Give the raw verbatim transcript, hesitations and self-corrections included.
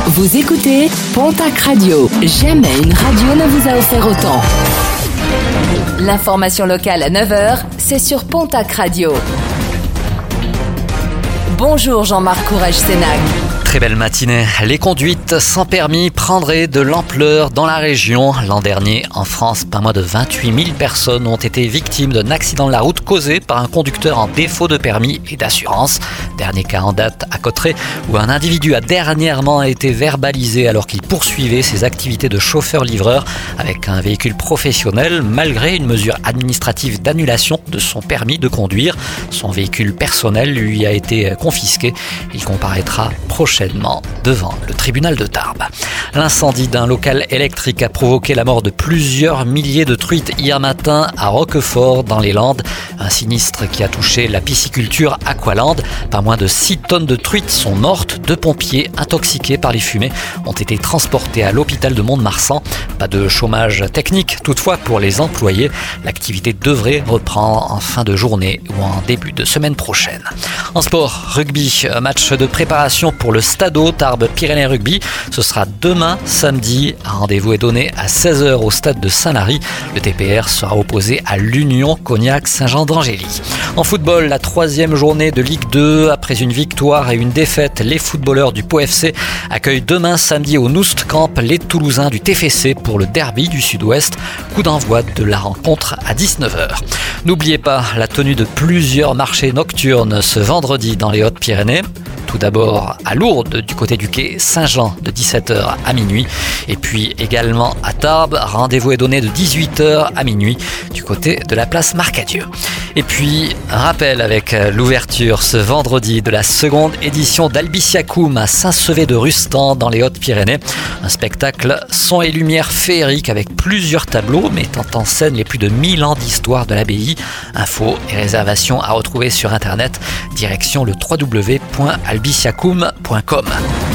Vous écoutez Pontac Radio. Jamais une radio ne vous a offert autant. L'information locale à neuf heures, c'est sur Pontac Radio. Bonjour Jean-Marc Courage-Sénac. Très belle matinée. Les conduites sans permis prendraient de l'ampleur dans la région. L'an dernier, en France, pas moins de vingt-huit mille personnes ont été victimes d'un accident de la route causé par un conducteur en défaut de permis et d'assurance. Dernier cas en date à Cauterets, où un individu a dernièrement été verbalisé alors qu'il poursuivait ses activités de chauffeur-livreur avec un véhicule professionnel, malgré une mesure administrative d'annulation de son permis de conduire. Son véhicule personnel lui a été confisqué. Il comparaîtra prochainement devant le tribunal de Tarbes. L'incendie d'un local électrique a provoqué la mort de plusieurs milliers de truites hier matin à Roquefort dans les Landes. Un sinistre qui a touché la pisciculture Aqualand. Pas moins de six tonnes de truites sont mortes. Deux pompiers intoxiqués par les fumées ont été transportés à l'hôpital de Mont-de-Marsan. Pas de chômage technique toutefois pour les employés. L'activité devrait reprendre en fin de journée ou en début de semaine prochaine. En sport, rugby, match de préparation pour le Stado Tarbes Pyrénées Rugby. Ce sera demain samedi. Un rendez-vous est donné à seize heures au stade de Saint-Lary. Le T P R sera opposé à l'Union Cognac Saint-Jean-d'Angély. En football, la troisième journée de Ligue deux. Après une victoire et une défaite, les footballeurs du Pau F C accueillent demain samedi au Noust Camp les Toulousains du T F C pour le derby du Sud-Ouest. Coup d'envoi de la rencontre à dix-neuf heures. N'oubliez pas la tenue de plusieurs marchés nocturnes ce vendredi dans les Hautes-Pyrénées. Tout d'abord à Lourdes, du côté du quai Saint-Jean, de dix-sept heures à minuit. Et puis également à Tarbes, rendez-vous est donné de dix-huit heures à minuit, du côté de la place Marcadieu. Et puis, un rappel avec l'ouverture ce vendredi de la seconde édition d'Albiciacoum à Saint-Sevé-de-Rustan dans les Hautes-Pyrénées. Un spectacle son et lumière féerique avec plusieurs tableaux mettant en scène les plus de mille ans d'histoire de l'abbaye. Infos et réservations à retrouver sur internet, direction le w w w point albiciacoum point com.